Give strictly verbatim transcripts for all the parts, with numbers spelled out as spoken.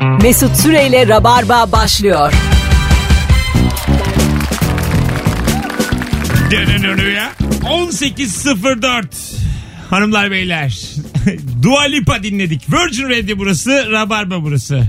Mesut Süreyle Rabarba başlıyor. on sekiz sıfır dört Hanımlar beyler Dua Lipa dinledik. Virgin Radio burası, Rabarba burası.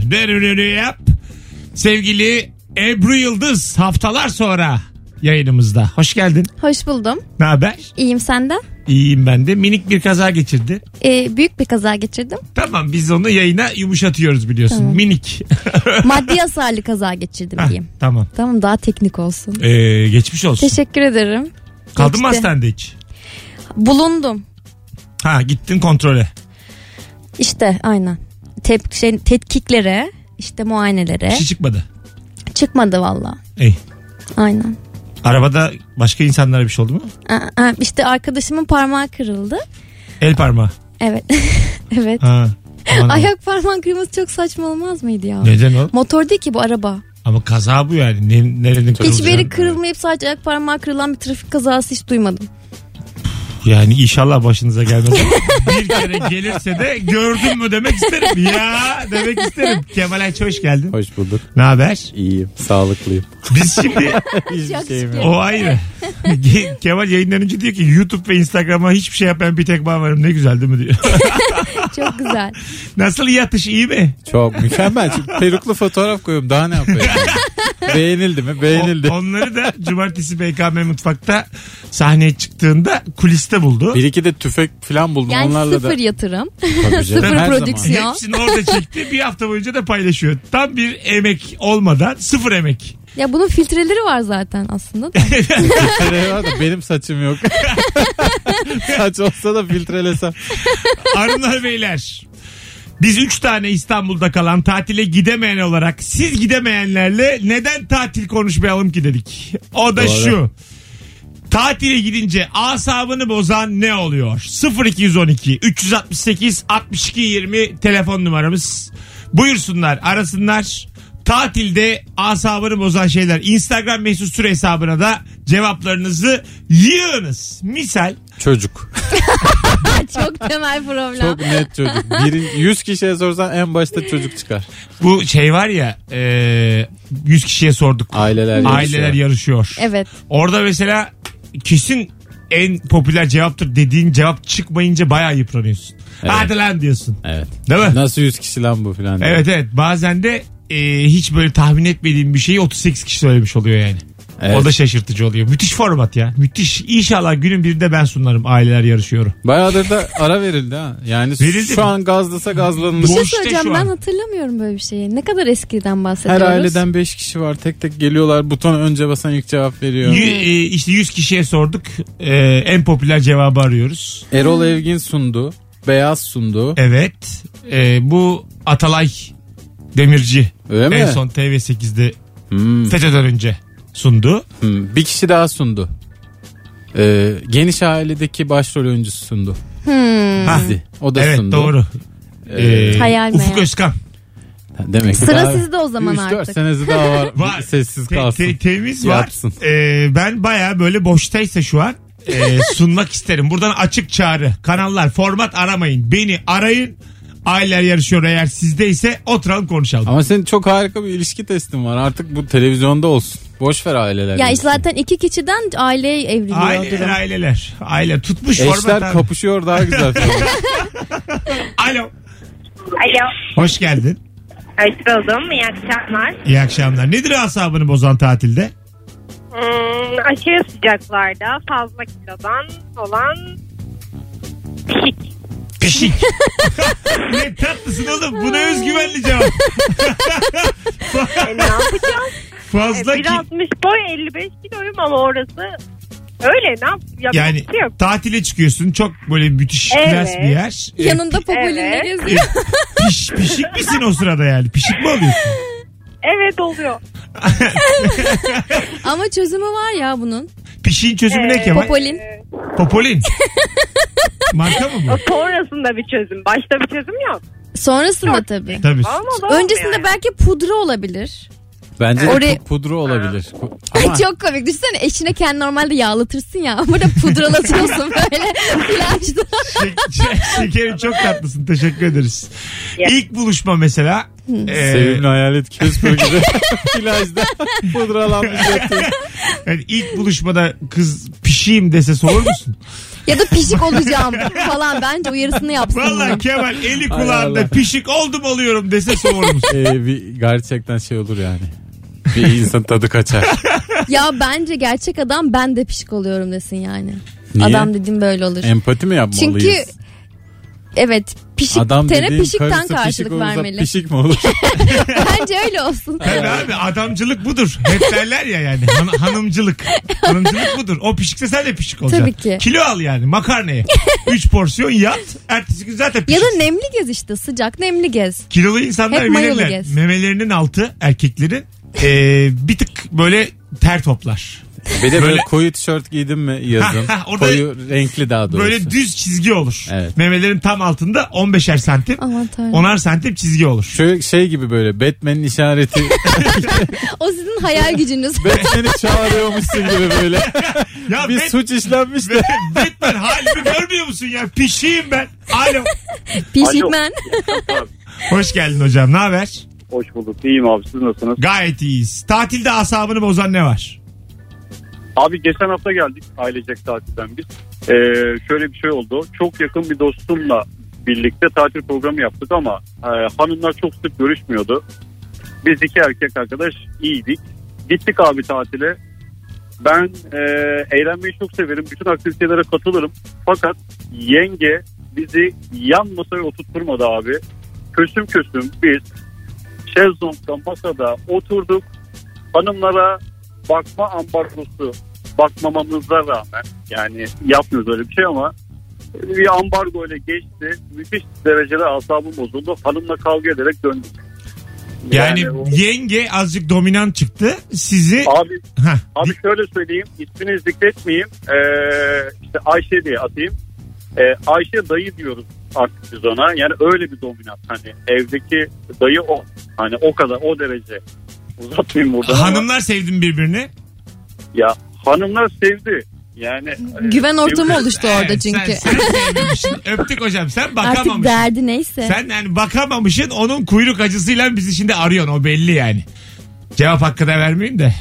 Sevgili Ebru Yıldız haftalar sonra yayınımızda. Hoş geldin. Hoş buldum. Ne haber? İyiyim, senden? İyiyim ben de. Minik bir kaza geçirdi. Ee, büyük bir kaza geçirdim. Tamam, biz onu yayına yumuşatıyoruz biliyorsun. Tamam. Minik. Maddi hasarlı kaza geçirdim Heh, diyeyim. Tamam. Tamam, daha teknik olsun. Ee, geçmiş olsun. Teşekkür ederim. Kaldın Geçti. mı hastanede hiç? Bulundum. Ha, gittin kontrole. İşte aynen. Tep şey, tetkiklere, işte muayenelere. Bir şey çıkmadı. Çıkmadı valla. İyi. Aynen. Arabada başka insanlara bir şey oldu mu? Aa, işte arkadaşımın parmağı kırıldı. El parmağı. Evet. Evet. Ha, aman Ayak parmağın kırılması çok saçma olmaz mıydı ya? Neden o? Motor değil ki bu, araba. Ama kaza bu yani. Ne, nerenin kırılacak? Hiçbir yeri kırılmayıp sadece ayak parmağı kırılan bir trafik kazası hiç duymadım. Yani inşallah başınıza gelmez. Bir kere gelirse de gördün mü demek isterim. Ya demek isterim. Kemal Ayça hoş geldin. Hoş bulduk. Ne haber? İyiyim. Sağlıklıyım. Biz şimdi Hiçbir şeyim yok. o ayrı. Kemal yayından önce diyor ki YouTube ve Instagram'a hiçbir şey yapmayan bir tek ben varım. Ne güzel değil mi diyor. Çok güzel. Nasıl yatış, iyi mi? Çok mükemmel. Çünkü peruklu fotoğraf koyuyorum. Daha ne yapayım? Beğenildi mi? Beğenildi. O, onları da cumartesi B K M Mutfak'ta sahneye çıktığında kuliste buldu. Bir iki de tüfek falan buldum. Yani Onlarla sıfır da... yatırım. Tabii canım, Sıfır her prodüksiyon. zaman. Hepsini orada çekti. Bir hafta boyunca da paylaşıyor. Tam bir emek olmadan, sıfır emek. Ya bunun filtreleri var zaten aslında da. Filtre var da benim saçım yok. Saç olsa da filtrelesem. Hanımlar beyler, biz üç tane İstanbul'da kalan, tatile gidemeyen olarak siz gidemeyenlerle neden tatil konuşmayalım ki dedik. O da Doğru. şu: tatile gidince asabını bozan ne oluyor? sıfır iki on iki üç altı sekiz altmış iki yirmi telefon numaramız. Buyursunlar, arasınlar. Tatilde asabını bozan şeyler. Instagram mesut süre hesabına da cevaplarınızı yığınız. Misal Çocuk. Çok temel problem. Çok net çocuk. Bir, yüz kişiye sorsan en başta çocuk çıkar. bu şey var ya, e, yüz kişiye sorduk. Aileler yarışıyor. Aileler yarışıyor. Evet. Orada mesela kesin en popüler cevaptır dediğin cevap çıkmayınca bayağı yıpranıyorsun. Evet. Hadi lan diyorsun. Evet. Değil mi? Nasıl yüz kişi lan bu falan. diye. Evet evet. Bazen de e, hiç böyle tahmin etmediğim bir şeyi otuz sekiz kişi söylemiş oluyor yani. Evet. O da şaşırtıcı oluyor. Müthiş format ya. Müthiş. İnşallah günün birinde ben sunarım. Aileler yarışıyor. Bayağıdır da ara verildi ha. Yani Verildi şu mi? an gazlasa gazlanır. Bir şey Boşta söyleyeceğim, şu ben an. hatırlamıyorum böyle bir şeyi. Ne kadar eskiden Her bahsediyoruz? aileden beş kişi var. Tek tek geliyorlar. Butona önce basan ilk cevap veriyor. Y- e, işte yüz kişiye sorduk. E, en popüler cevabı arıyoruz. Erol Evgin sundu. Beyaz sundu. Evet. E, bu Atalay Demirci. Öyle En mi? son T V sekizde Hmm. FETÖ'den önce sundu. Hmm. Bir kişi daha sundu. Ee, Geniş Aile'deki başrol oyuncusu sundu. Hmm. Ha, Dizi. O da evet sundu. doğru. Ee, Hayal Ufuk meyal. Özkan. Demek ki Sıra daha sizde o zaman üç dört artık. senesi daha var. Var. Sessiz Te- kalsın. te- temiz var. Yatsın. Ee, ben baya böyle boştaysa şu an e, sunmak isterim. Buradan açık çağrı. Kanallar, format aramayın. Beni arayın. Aileler yarışıyor, eğer sizdeyse oturalım konuşalım. Ama senin çok harika bir ilişki testin var. Artık bu televizyonda olsun. Boş ver aileler. Ya ilişki. işte zaten iki kişiden aileye evriliyor Aileler durum. aileler. Aile tutmuş format. Eşler abi. kapışıyor daha güzel. Alo. Alo. Hoş geldin. Hoş buldum. İyi akşamlar. İyi akşamlar. Nedir asabını bozan tatilde? Hmm, aşırı sıcaklarda fazla kilodan olan pişik. Pişik. Ne tatlısın oğlum. Bu ne özgüvenli cevap. E, ne yapacağız? Fazla E, ki. bir altmış boy elli beş kiloyum ama orası öyle, ne yap? Yapacak Yani bir şey yok. tatile çıkıyorsun. Çok böyle müthiş Evet. klas bir yer. E, Yanında popolinle Evet. geziyor. Piş, pişik misin o sırada yani? Pişik mi oluyorsun? Evet oluyor. Ama çözümü var ya bunun. Pişiğin çözümü ne Ee, Kemal? Popolin. E, Popolin. Marka mı bu? o sonrasında bir çözüm. Başta bir çözüm yok. Sonrasında tabii. Tabii. Olmaz, Öncesinde yani. belki pudra olabilir. Bence de Oraya- pu- pudra olabilir. Ama Çok komik. Düşünsene, eşine kendi normalde yağlatırsın ya. Burada pudralatıyorsun böyle plajda. Şek- şek- şekerim çok tatlısın. Teşekkür ederiz. Ya. İlk buluşma mesela Ee, Sevimli hayalet Casper gibi plajda pudralanmış yatıyor. Yani ilk buluşmada kız pişeyim dese soğur musun? Ya da pişik olacağım falan. Bence uyarısını yapsın. Vallahi bunu. Kemal eli Hay kulağında Allah. pişik oldum oluyorum dese soğur musun? Ee, bir gerçekten şey olur yani. Bir insan tadı kaçar. Ya bence gerçek adam ben de pişik oluyorum desin yani. Niye? Adam dediğim böyle olur. Empati mi yapmalıyız? Çünkü evet pişik Adam tere dediğin pişikten karısı karşılık pişik olursa vermeli. pişik mi olur? Bence öyle olsun. Tabii abi adamcılık budur. Hep derler ya yani Han- hanımcılık. Hanımcılık budur. O pişikse sen de pişik olacaksın. Tabii ki. Kilo al yani makarnaya. Üç porsiyon yat. Ertesi gün zaten Ya pişik. da nemli gez işte, sıcak nemli gez. Kilolu insanlar Hep mayolu bilirler. gez. Memelerinin altı erkeklerin ee, bir tık böyle ter toplar. Bir de böyle, Böyle- koyu tişört giydin mi yazın? Ha, ha, orada- Koyu renkli daha doğrusu. Böyle düz çizgi olur. Evet. Memelerin tam altında on beşer santim. Aman tanrım. onar santim çizgi olur. Şöyle şey gibi böyle Batman'in işareti. O sizin hayal gücünüz. Batman'i çağırıyormuşsun gibi böyle. Ya Bir Bat- suç işlenmiş de. Batman halimi görmüyor musun ya? Pişiyim ben. Alo. Pişikmen. Hoş geldin hocam. Ne haber? Hoş bulduk. İyiyim abi. Siz nasılsınız? Gayet iyiyiz. Tatilde asabını bozan ne var? Abi geçen hafta geldik ailecek tatilden biz. Ee, şöyle bir şey oldu. Çok yakın bir dostumla birlikte tatil programı yaptık ama e, hanımlar çok sık görüşmüyordu. Biz iki erkek arkadaş iyiydik. Gittik abi tatile. Ben e, eğlenmeyi çok severim. Bütün aktivitelere katılırım. Fakat yenge bizi yan masaya oturtturmadı abi. Kösüm kösüm biz şezlongda masada oturduk. Hanımlara bakma ambargosu bakmamamıza rağmen, yani yapmıyoruz öyle bir şey ama bir ambargo ile geçti. Müthiş derecede asabım bozuldu. Hanımla kavga ederek döndük. Yani, o- yenge azıcık dominant çıktı. Sizi... Abi Heh, Abi şöyle söyleyeyim, ismini zikretmeyeyim. Ee, işte Ayşe diye atayım. Ee, Ayşe dayı diyoruz artık biz ona. Yani öyle bir dominant. Hani evdeki dayı o. Hani o kadar, o derece. Uzatmayayım burada. ama hanımlar sevdim birbirini. ya hanımlar sevdi. Yani Güven e, ortamı sevdi. oluştu orada Evet, çünkü. Sen, sen sevmemişsin. Öptük hocam. Sen Artık bakamamışsın. derdi neyse. Sen yani bakamamışsın. Onun kuyruk acısıyla bizi şimdi arıyorsun. O belli yani. Cevap hakkı da vermeyeyim de.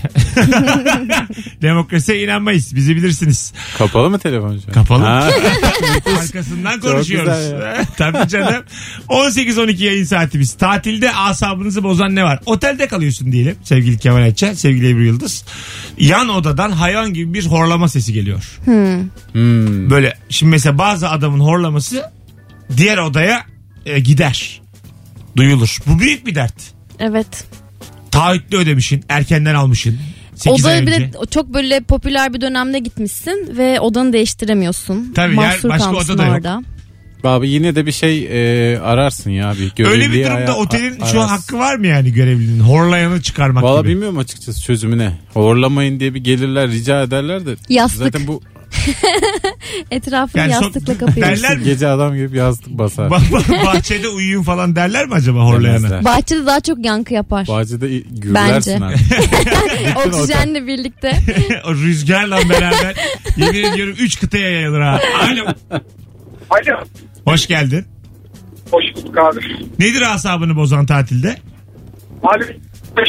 Demokrasiye inanmayız. Bizi bilirsiniz. Kapalı mı telefon şu an? Kapalı. Ha. Arkasından Çok konuşuyoruz. güzel Tabii canım. on sekiz on iki yayın saatimiz. Tatilde asabınızı bozan ne var? Otelde kalıyorsun diyelim sevgili Kemal Ayça, sevgili Ebru Yıldız. Yan odadan hayvan gibi bir horlama sesi geliyor. Hmm. Böyle şimdi mesela bazı adamın horlaması diğer odaya e, gider. Duyulur. Bu büyük bir dert. Evet. Taahhütlü ödemişsin. Erkenden almışsın. sekiz ay Odaya bir önce. de çok böyle popüler bir dönemde gitmişsin ve odanı değiştiremiyorsun. Tabii, Mahsur yer- başka kalmışsın oda da yok. orada. Abi yine de bir şey e, ararsın ya. Bir Öyle görevliye bir durumda aya- otelin ararsın. şu an hakkı var mı yani görevlinin? Horlayanı çıkarmak Valla gibi. bilmiyorum açıkçası çözümü ne. Horlamayın diye bir gelirler rica ederler de. Yastık. Zaten bu Etrafını Yani son- yastıkla kapıyorsun. derler mi? gece adam gibi yastık basar. Bah- bah- bahçede uyuyun falan derler mi acaba horlayana? Demezler. Bahçede daha çok yankı yapar. Bahçede i- gürlersin Bence. abi. Bütün otel. Oksijenle birlikte. O rüzgarla beraber yemin ediyorum üç kıtaya yayılır ha. Alo. Alo. Hoş geldin. Hoş bulduk abi. Nedir asabını bozan tatilde? Abi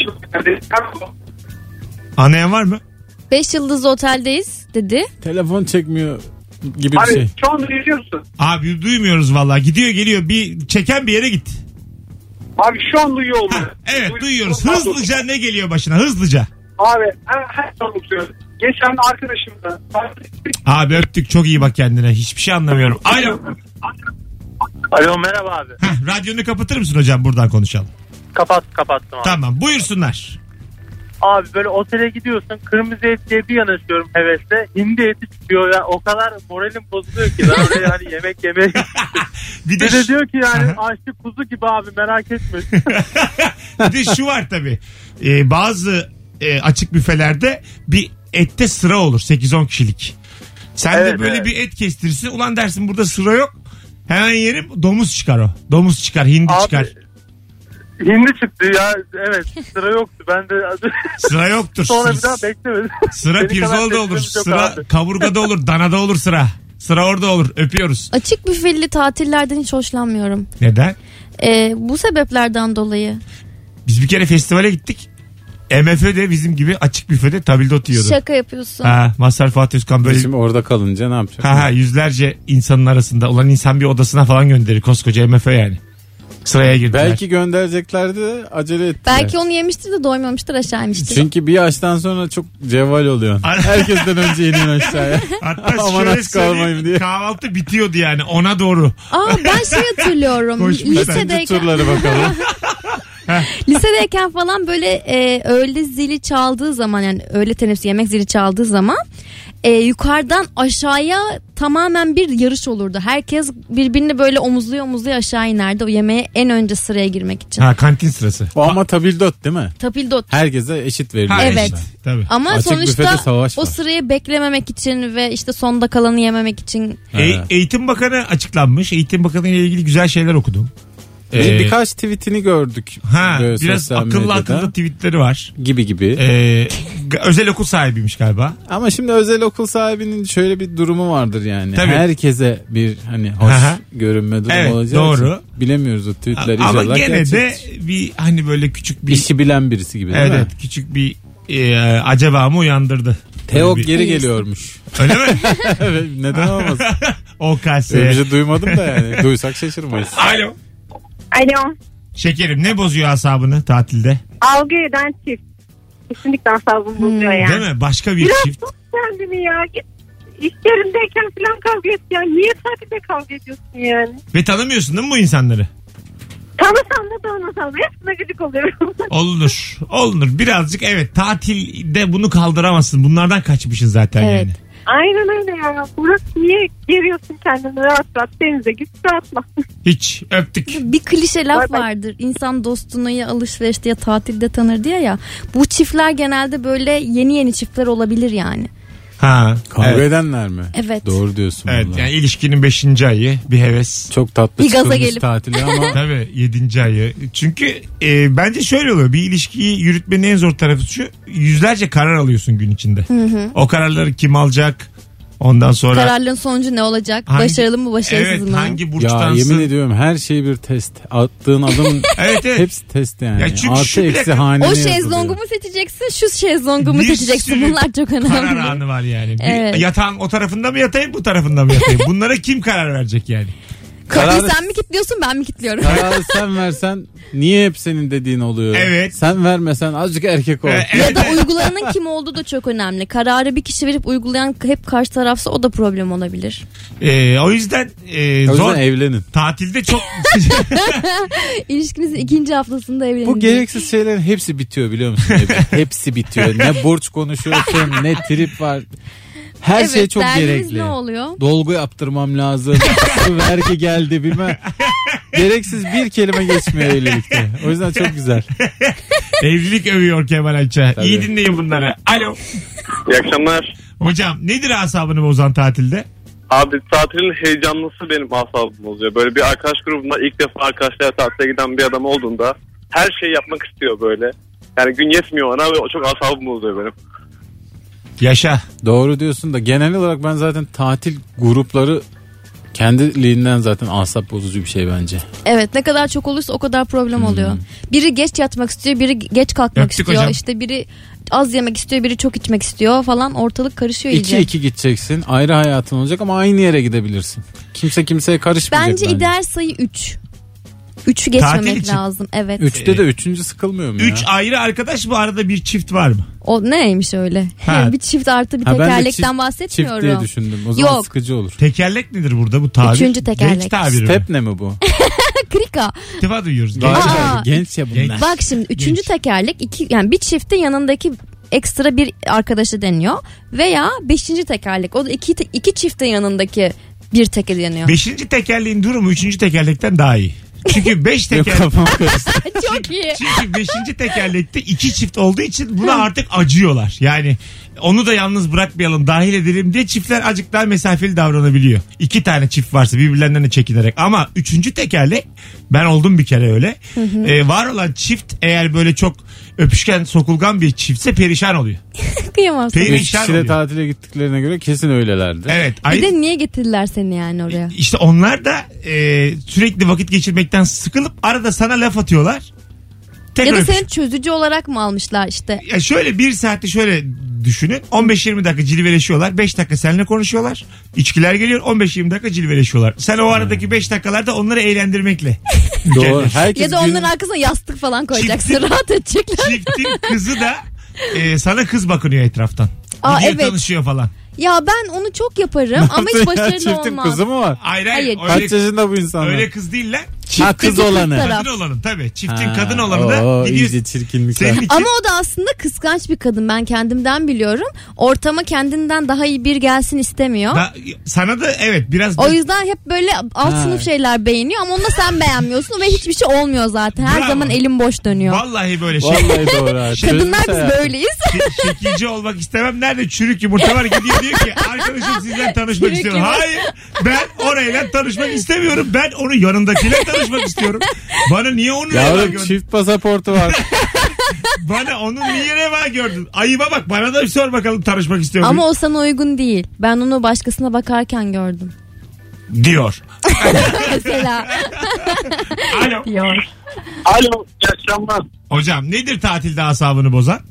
Anlayan var mı? Beş yıldızlı oteldeyiz dedi. Telefon çekmiyor gibi bir şey. şu anda duyuyorsun. Abi duymuyoruz vallahi. Gidiyor geliyor. Bir çeken bir yere git. Abi şu an duyuyor mu? Ha, evet duyuyoruz. Hızlıca ne geliyor başına? Hızlıca. Abi her zaman unutuyorum. Geçen arkadaşımla Abi öptük. Çok iyi bak kendine. Hiçbir şey anlamıyorum. Alo. Alo merhaba abi. Heh, radyonu kapatır mısın hocam? Buradan konuşalım. Kapat kapattım abi. Tamam. Buyursunlar. Abi böyle otele gidiyorsun, kırmızı et diye bir yanaşıyorum hevesle. Hindi eti çıkıyor ya, o kadar moralim bozuluyor ki ben oraya hani yemek yemeye. Bir de, Bir de şu, diyor ki yani açlı kuzu gibi abi, merak etme. bir de şu var tabii. Ee, bazı e, açık büfelerde bir ette sıra olur. sekiz on kişilik. Sen de Evet, böyle evet. bir et kestirsin. Ulan dersin burada sıra yok. Hemen yerim, domuz çıkar o. Domuz çıkar, hindi Abi, çıkar. Hindi çıktı ya, evet, sıra yoktu. Ben de Sıra yoktur. sonra bir Sıra- daha beklemedim. Sıra Beni kadar pirzolda olur. tepkimiz yok Sıra abi. kaburgada olur. Danada olur sıra. Sıra orada olur. Öpüyoruz. Açık büfeli tatillerden hiç hoşlanmıyorum. Neden? Ee, bu sebeplerden dolayı. Biz bir kere festivale gittik. M F Ö'de bizim gibi açık büfede tabildot yiyordu. Şaka yapıyorsun. Ha, Mazhar Fatih Özkan böyle. Bizim orada kalınca ne yapacak? Ha, ha, yüzlerce insanın arasında olan insan bir odasına falan gönderir. Koskoca M F Ö yani. Sıraya girdiler. Belki göndereceklerdi de acele ettiler. Belki onu yemiştir de doymamıştır, aşağı inmiştir. Çünkü bir yaştan sonra çok cevval oluyorsun. Herkesten önce iniyorsun aşağıya. Hatta Aman şöyle aç kalmayayım söyleyeyim, diye. kahvaltı bitiyordu yani ona doğru. Aa, ben şey hatırlıyorum. Koşmuş lisedeyken, Turları bakalım. lisedeyken falan böyle e, öğle zili çaldığı zaman, yani öğle teneffüsü yemek zili çaldığı zaman e, yukarıdan aşağıya tamamen bir yarış olurdu. Herkes birbirini böyle omuzluya omuzluya aşağı inerdi o yemeğe en önce sıraya girmek için. Ha, kantin sırası. O ama tabildot değil mi? Tapildot. Herkese eşit veriliyor. Ha, Evet. işte, tabii. Ama Açık büfede sonuçta savaş o var. sırayı beklememek için ve işte sonda kalanı yememek için. E- Ha. Eğitim Bakanı açıklanmış. Eğitim Bakanı ile ilgili güzel şeyler okudum. Bir, Ee, birkaç tweetini gördük. Ha, Böyle biraz sosyal akıllı medyada. akıllı tweetleri var. Gibi gibi. Ee, g- özel okul sahibiymiş galiba. Ama şimdi özel okul sahibinin şöyle bir durumu vardır yani. Tabii. Herkese bir hani hoş Aha. görünme durumu Evet, olacağı doğru. için bilemiyoruz o tweetleri. Ama inşallah gene de gerçektir. bir hani böyle küçük bir İşi bilen birisi gibi değil evet, mi? küçük bir e, acaba mı uyandırdı. Teok Böyle bir- geri geliyormuş. Öyle mi? Evet, neden olmasın? O Öyle bir kase. şey duymadım da yani. Duysak şaşırmayız. Alo. Alo. Şekerim, ne bozuyor asabını tatilde? Algı eden çift. Kesinlikle asabımı bozuyor yani. Değil mi? Başka bir Biraz çift. tut kendini ya. Git iş yerindeyken falan kavga et ya. Niye tatilde kavga ediyorsun yani? Ve tanımıyorsun değil mi bu insanları? Tanısam da tanımasam da hepsine gıcık oluyorum. Olunur. Olunur. Birazcık evet, tatilde bunu kaldıramazsın. Bunlardan kaçmışsın zaten Evet. yani. Aynen öyle ya. Burası niye geriyorsun kendini, rahat rahat denize git rahatla. Hiç. Öptük. Bir klişe laf Bay bay. vardır. İnsan dostunu ya alışverişte ya tatilde tanır diye ya. Bu çiftler genelde böyle yeni yeni çiftler olabilir yani. Ha. Kavga Evet. edenler mi? Evet. Doğru diyorsun Evet, vallahi. yani ilişkinin beşinci ayı bir heves. Çok tatlı Bir gaza çıkılmış gelip. tatili ama Tabii yedinci ayı. Çünkü e, bence şöyle oluyor. Bir ilişkiyi yürütmenin en zor tarafı şu. Yüzlerce karar alıyorsun gün içinde. O kararları kim alacak? Ondan sonra Kararların sonucu ne olacak? Hangi- Başarılı mı, başarısız evet, mı? hangi ya burçtansın? yemin ediyorum her şey bir test. Attığın adım Evet, evet. hepsi test yani. Ya çünkü şu Artı bile- eksi haneli O yazılıyor. şezlongu mu seçeceksin, şu şezlongu mu Bir seçeceksin? sürü Bunlar çok Karar önemli. anı var yani. Bir Evet. yatağın o tarafında mı yatayım, bu tarafında mı yatayım? Bunlara kim karar verecek yani? Kapıyı Kararı- sen mi kilitliyorsun, ben mi kilitliyorum? Kararı sen versen niye hep senin dediğin oluyor? Evet. Sen vermesen azıcık erkek ol. Ee, Ya evet, da evet. uygulayanın kim olduğu da çok önemli. Kararı bir kişi verip uygulayan hep karşı tarafsa o da problem olabilir. Ee, o yüzden e, O yüzden zor. evlenin. Tatilde çok İlişkinizin ikinci haftasında evlenince. Bu gereksiz şeylerin hepsi bitiyor biliyor musun? Ebru? Hepsi bitiyor. Ne borç konuşuyorsun ne trip var. Her evet, şey çok derdiniz gerekli. ne oluyor? Dolgu yaptırmam lazım. Şu vergi geldi bilmem. Gereksiz bir kelime geçmiyor evlilikte. O yüzden çok güzel. evlilik övüyor Kemal Ayça. Tabii. İyi dinleyin bunları. Alo. İyi akşamlar. Hocam, nedir asabını bozan tatilde? Abi tatilin heyecanlısı benim asabımı bozuyor. Böyle bir arkadaş grubunda ilk defa arkadaşlarla tatile giden bir adam olduğunda her şeyi yapmak istiyor böyle. Yani gün yetmiyor ona ve o çok asabımı bozuyor benim. Yaşa. Doğru diyorsun da genel olarak ben zaten tatil grupları kendiliğinden zaten asap bozucu bir şey bence. Evet, ne kadar çok olursa o kadar problem oluyor. Biri geç yatmak istiyor, biri geç kalkmak Öptük istiyor. hocam. İşte biri az yemek istiyor, biri çok içmek istiyor falan, ortalık karışıyor İki iyice. iki gideceksin. Ayrı hayatın olacak ama aynı yere gidebilirsin. Kimse kimseye karışmayacak Bence bence. ideal sayı üç. Üçü Tatil geçmemek için. lazım. Evet. Üçte de üçüncü sıkılmıyor mu ya? Üç ayrı arkadaş, bu arada bir çift var mı? O neymiş öyle? Ha. Bir çift artı bir Ha, ben de tekerlekten çift- bahsetmiyorum. Çift diye düşündüm. O zaman Yok. sıkıcı olur. Tekerlek nedir burada bu tabir? Üçüncü tekerlek. Genç tabiri mi? Step ne mi bu? Krika. İlk defa duyuyoruz. Genç. Galiba Aa. genç ya bunlar. Genç. Bak şimdi üçüncü Genç. tekerlek iki, yani bir çifte yanındaki ekstra bir arkadaşı deniyor veya beşinci tekerlek, o da iki, iki çifte yanındaki bir teker deniyor. Beşinci tekerleğin durumu üçüncü tekerlekten daha iyi. Çünkü beş Benim teker... kafam karıştı. Çok iyi. Çünkü beşinci tekerlekte iki çift olduğu için buna artık acıyorlar. Yani onu da yalnız bırakmayalım, dahil edelim diye çiftler azıcık daha mesafeli davranabiliyor. İki tane çift varsa birbirlerinden de çekinerek. Ama üçüncü tekerlek, ben oldum bir kere öyle. Ee, var olan çift eğer böyle çok öpüşken sokulgan bir çiftse perişan oluyor. Kıyamam sana. Üç Perişan kişiyle oluyor. tatile gittiklerine göre kesin öylelerdi. Evet. Bir Ay, de niye getirdiler seni yani oraya? işte onlar da e, sürekli vakit geçirmekten sıkılıp arada sana laf atıyorlar. Tekrar Ya da öpüş- seni çözücü olarak mı almışlar işte? Ya şöyle bir saati şöyle düşünün. on beş yirmi dakika cilveleşiyorlar. beş dakika seninle konuşuyorlar. İçkiler geliyor. on beş yirmi dakika cilveleşiyorlar. Sen o aradaki beş dakikalarda onları eğlendirmekle. Doğru. Herkes Ya da gün- onların arkasına yastık falan koyacaksın. Çiftin- Rahat edecekler. Çiftin kızı da e, sana kız bakınıyor etraftan. Aa, Gidiyor, evet. tanışıyor falan. Ya ben onu çok yaparım ama hiç Ya, başarılı çiftin olmam. kızı mı var? Hayır hayır. Hayır. Öyle, Kaç yaşında bu insanlar? öyle kız değil lan. Ha, kız kız olanı. taraf. Kadın olanı tabii. Çiftin Ha, kadın olanı da oo, gidiyor. iyice çirkinlikler. Senin için Ama o da aslında kıskanç bir kadın. Ben kendimden biliyorum. Ortama kendinden daha iyi bir gelsin istemiyor. da, sana da evet biraz O da- yüzden hep böyle alt Ha. sınıf şeyler beğeniyor ama onu da sen beğenmiyorsun ve hiçbir şey olmuyor zaten. Her Bravo. zaman elim boş dönüyor. vallahi böyle şey. Vallahi doğru. ha. Kadınlar Çözmüş biz hayatı. böyleyiz. Şe- şekilci olmak istemem. Nerede çürük yumurta var, gidiyor diyor ki arkadaşım sizden tanışmak Çürük istiyorum. yumurta. Hayır, ben orayla tanışmak istemiyorum. Ben onun yanındakiyle tanışmak istiyorum. Bana niye onu reva Yavrum gördün? çift pasaportu var. Bana onu niye reva gördün? Ayıba bak, bana da bir sor bakalım tanışmak istiyor Ama muyum? o sana uygun değil. Ben onu başkasına bakarken gördüm. Diyor. Mesela. Alo. Diyor. Alo, iyi akşamlar. Hocam nedir tatilde asabını bozan?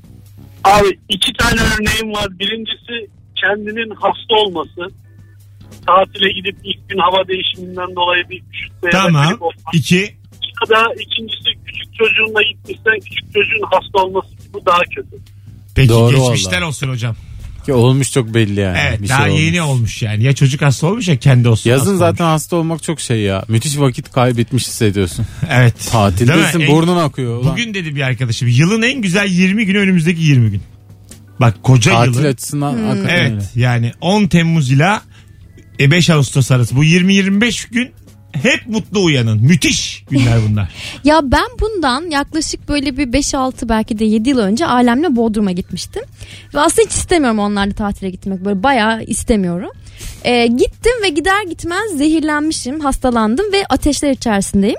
Abi iki tane örneğim var. Birincisi kendinin hasta olması. Tatile gidip ilk gün hava değişiminden dolayı bir üşütmeye Tamam. vakit olmak. İki. Ya da ikincisi küçük çocuğunla gitmişsen küçük çocuğun hasta olması, bu daha kötü. Peki Doğru geçmişler vallahi. olsun hocam. Ki olmuş çok belli yani. Evet Bir daha şey yeni olmuş. olmuş yani. Ya çocuk hasta olmuş ya kendi olsun. Yazın hasta zaten hasta olmak çok şey ya. Müthiş vakit kaybetmiş hissediyorsun. olmuş. Evet. Değil Tatildesin mi? burnun akıyor. Ulan. Bugün dedi bir arkadaşım, yılın en güzel yirmi günü önümüzdeki yirmi gün. Bak koca Tatil yılın. açısından hakikaten Evet öyle. yani on Temmuz ile beş Ağustos arası bu yirmi yirmi beş gün hep mutlu uyanın. Müthiş günler bunlar. Ya ben bundan yaklaşık böyle bir beş altı belki de yedi yıl önce ailemle Bodrum'a gitmiştim. Ve aslında hiç istemiyorum onlarla tatile gitmek. Böyle bayağı istemiyorum. Ee, gittim ve gider gitmez zehirlenmişim, hastalandım ve ateşler içerisindeyim.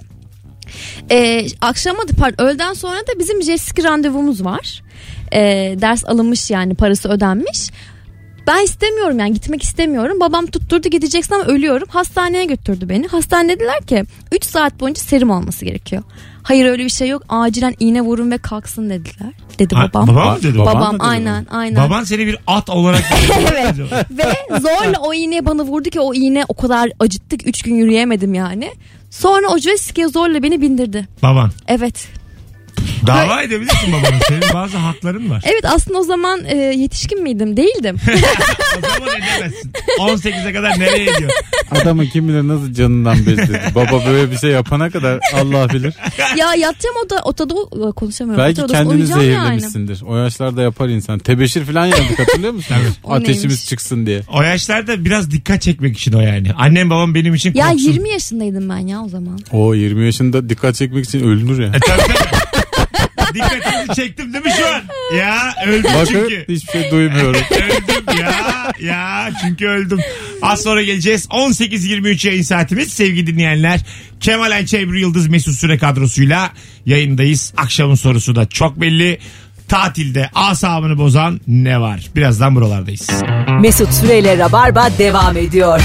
Ee, akşama da pardon, öğleden sonra da bizim jet ski randevumuz var. Ee, ders alınmış yani, parası ödenmiş. Ben istemiyorum yani, gitmek istemiyorum. Babam tutturdu, gideceksin ama ölüyorum. Hastaneye götürdü beni. Hastanede dediler ki üç saat boyunca serum olması gerekiyor. Hayır öyle bir şey yok. Acilen iğne vurun ve kalksın dediler. Dedi Ha, babam. babam mı dedi? Babam Babam mı dedi aynen aynen. Baban seni bir at olarak Evet. Ve zorla o iğneyi bana vurdu ki o iğne o kadar acıttı ki üç gün yürüyemedim yani. Sonra o jet ski'ye zorla beni bindirdi. Baban. Evet. Dava edebilirsin babanı. Senin bazı hakların var. Evet aslında o zaman e, yetişkin miydim? Değildim. O zaman edemezsin. on sekize kadar nereye gidiyor? Adamı kim bilir nasıl canından bezledi. Baba böyle bir şey yapana kadar Allah bilir. Ya yatacağım oda, odada e, konuşamıyorum. Belki Oda odasında kendini uyuyacağım yani. zehirlemişsindir. O yaşlarda yapar insan. Tebeşir falan yaptık hatırlıyor musun? O Ateşimiz neymiş? çıksın diye. O yaşlarda biraz dikkat çekmek için o yani. Annem babam benim için Ya korksun. yirmi yaşındaydım ben ya o zaman. O yirmi yaşında dikkat çekmek için ölünür ya. E, tabii tabii. Dikkatinizi çektim değil mi şu an? Ya öldüm Bakın çünkü. hiçbir şey duymuyorum. Öldüm ya. Ya çünkü öldüm. Az sonra geleceğiz. on sekiz yirmi üç yayın saatimiz sevgili dinleyenler. Kemal Ayça, Ebru Yıldız, Mesut Süre kadrosuyla yayındayız. Akşamın sorusu da çok belli. Tatilde asabını bozan ne var? Birazdan buralardayız. Mesut Süreyle Rabarba devam ediyor.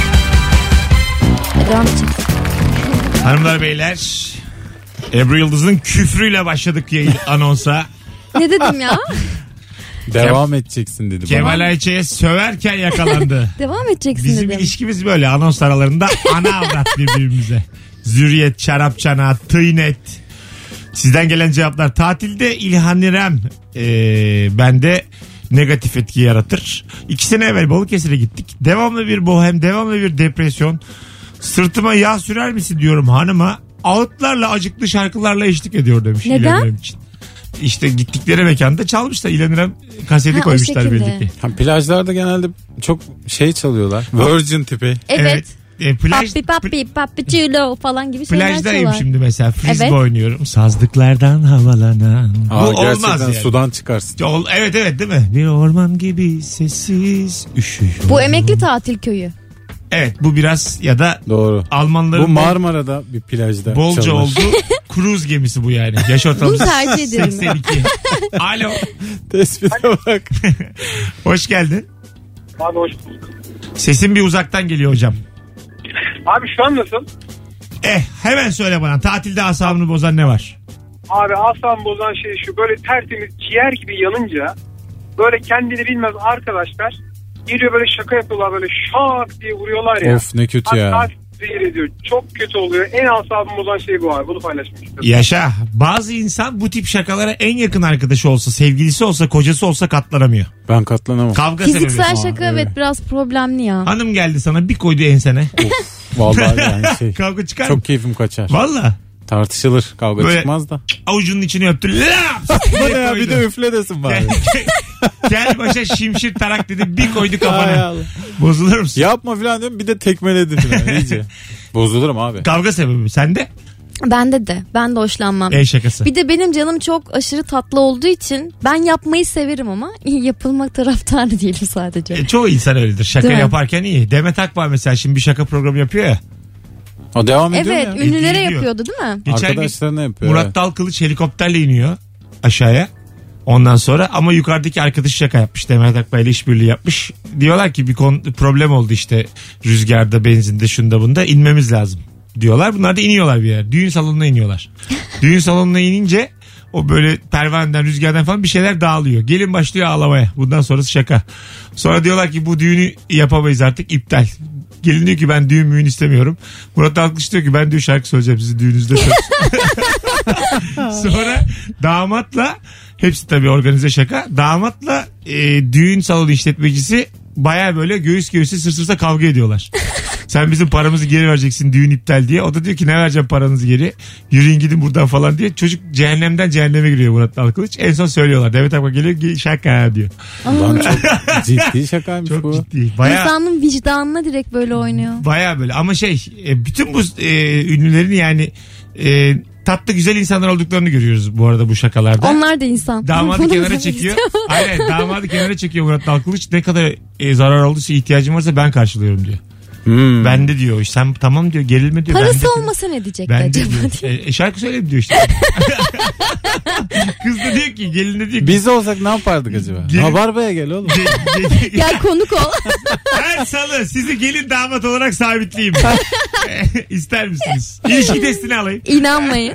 Devam edeceğim. Hanımlar beyler, Ebru Yıldız'ın küfrüyle başladık yayın anonsa. Ne dedim ya? Devam edeceksin dedi Kemal bana. Ayça'ya söverken yakalandı. Devam edeceksin Bizim dedim. ilişkimiz böyle anons aralarında ana avrat birbirimize. Zürriyet, şarap çanağı, tıynet. Sizden gelen cevaplar. Tatilde İlhan İrem ee, bende negatif etki yaratır. İki sene evvel Balıkesir'e gittik. Devamlı bir bohem, devamlı bir depresyon. Sırtıma yağ sürer misin diyorum hanıma. Ağıtlarla, acıklı şarkılarla eşlik ediyor demiş Neden? İlhan İrem için. İşte gittikleri mekanda çalmışlar. İlhan İrem kaseti Ha, o koymuşlar şekilde. birlikte. Ha, plajlarda genelde çok şey çalıyorlar. Virgin tipi. Evet. Evet. E, plaj, Papi papi papi chulo falan gibi şeyler plajdayım çalıyorlar. şimdi mesela. Frisbee Evet. oynuyorum. Sazlıklardan havalanan. Aa, Bu olmaz gerçekten yani. sudan çıkarsın. Ol- evet evet değil mi? Bir orman gibi sessiz üşüyorum. Bu emekli tatil köyü. Evet bu biraz ya da Doğru. Almanların Bu Marmara'da bir plajda bolca çalınır. oldu. Kruz gemisi bu yani. Yaş ortalaması Bunu tercih ederim. seksen iki. Alo. Tespite bak. Hoş geldin. Abi hoş bulduk. Sesin bir uzaktan geliyor hocam. Abi şu an nasıl? Eh hemen söyle bana. Tatilde asabını bozan ne var? Abi aslan bozan şey şu, böyle tertemiz ciğer gibi yanınca böyle kendini bilmez arkadaşlar geliyor böyle şaka yapıyorlar, böyle şak diye vuruyorlar ya. Of ne kötü ya. Hatta zehir ediyor. Çok kötü oluyor. En asabım bozan şey bu abi. Bunu paylaşmak istedim. Yaşa. Bazı insan bu tip şakalara en yakın arkadaşı olsa, sevgilisi olsa, kocası olsa katlanamıyor. Ben katlanamam. Kavga Fiziksel sebebi. şaka Aa, evet evet. biraz problemli ya. Hanım geldi sana bir koydu ensene. Vallahi yani şey. Kavga çıkar mı? Çok keyfim kaçar. Valla. Tartışılır. Kavga Böyle- çıkmaz da. Avucunun içini öptü. Laps! Bu diye ne ya, bir koydu. de üfle desin bari. Gel başa şimşir tarak dedi bir koydu Hay kafana. Allah. Bozulur musun? Yapma falan diyorum, bir de tekmeledi falan iyice. Bozulurum abi. Kavga sebebi. Sende Bende de. Ben de hoşlanmam. el şakası. Bir de benim canım çok aşırı tatlı olduğu için ben yapmayı severim ama yapılmak taraftarı değilim sadece. E, çoğu insan öyledir. Şaka Değil mi? yaparken iyi. Demet Akbağ mesela şimdi bir şaka programı yapıyor ya. O devam ediyor Evet, ya. ünlülere Ediyor. yapıyordu değil mi? Geçen gün Arkadaşlarına yapıyor. Murat evet. Dalkılıç helikopterle iniyor aşağıya. Ondan sonra ama yukarıdaki arkadaşı şaka yapmış. Demet Akbağ ile işbirliği yapmış. Diyorlar ki bir konu, problem oldu işte rüzgarda, benzinde, şunda bunda inmemiz lazım diyorlar. Bunlar da iniyorlar bir yer. Düğün salonuna iniyorlar. Düğün salonuna inince o böyle pervaneden, rüzgardan falan bir şeyler dağılıyor. Gelin başlıyor ağlamaya. Bundan sonrası şaka. Sonra diyorlar ki bu düğünü yapamayız artık, iptal. Gelin diyor ki ben düğün müğün istemiyorum. Murat Dalkılıç diyor ki ben diyor şarkı söyleyeceğim sizi düğününüzde. Sonra damatla, hepsi tabii organize şaka. Damatla e, düğün salonu işletmecisi baya böyle göğüs göğüse sır sırsa kavga ediyorlar. Sen bizim paramızı geri vereceksin düğün iptal diye. O da diyor ki ne vereceğim paranızı geri. Yürüyün gidin buradan falan diye. Çocuk cehennemden cehenneme giriyor Murat Dalkılıç. En son söylüyorlar. Demet Akbağ geliyor şaka diyor. Ulan çok ciddi şakaymış Çok bu. ciddi. Baya İnsanın vicdanına direkt böyle oynuyor. baya böyle ama şey e, bütün bu e, ünlülerin yani e, tatlı güzel insanlar olduklarını görüyoruz bu arada bu şakalarda. Onlar da insan. Damadı Bunu kenara demek çekiyor. istiyorum. Aynen damadı kenara çekiyor Murat Dalkılıç. Ne kadar e, zarar olduysa ihtiyacım varsa ben karşılıyorum diyor. Hmm. Ben de diyor sen tamam diyor gerilme diyor. Ben Parası de, olmasa ne diyecekti ben de acaba diyor. diye. E, e, şarkı söyleyeyim diyor işte. Kız da diyor ki gelin de diyor ki. Biz olsak ne yapardık acaba? Gelin- Rabarba'ya gel oğlum. Ge- ge- Gel konuk ol. Her salı sizi gelin damat olarak sabitleyeyim. İster misiniz? İlişki testini alayım. İnanmayın.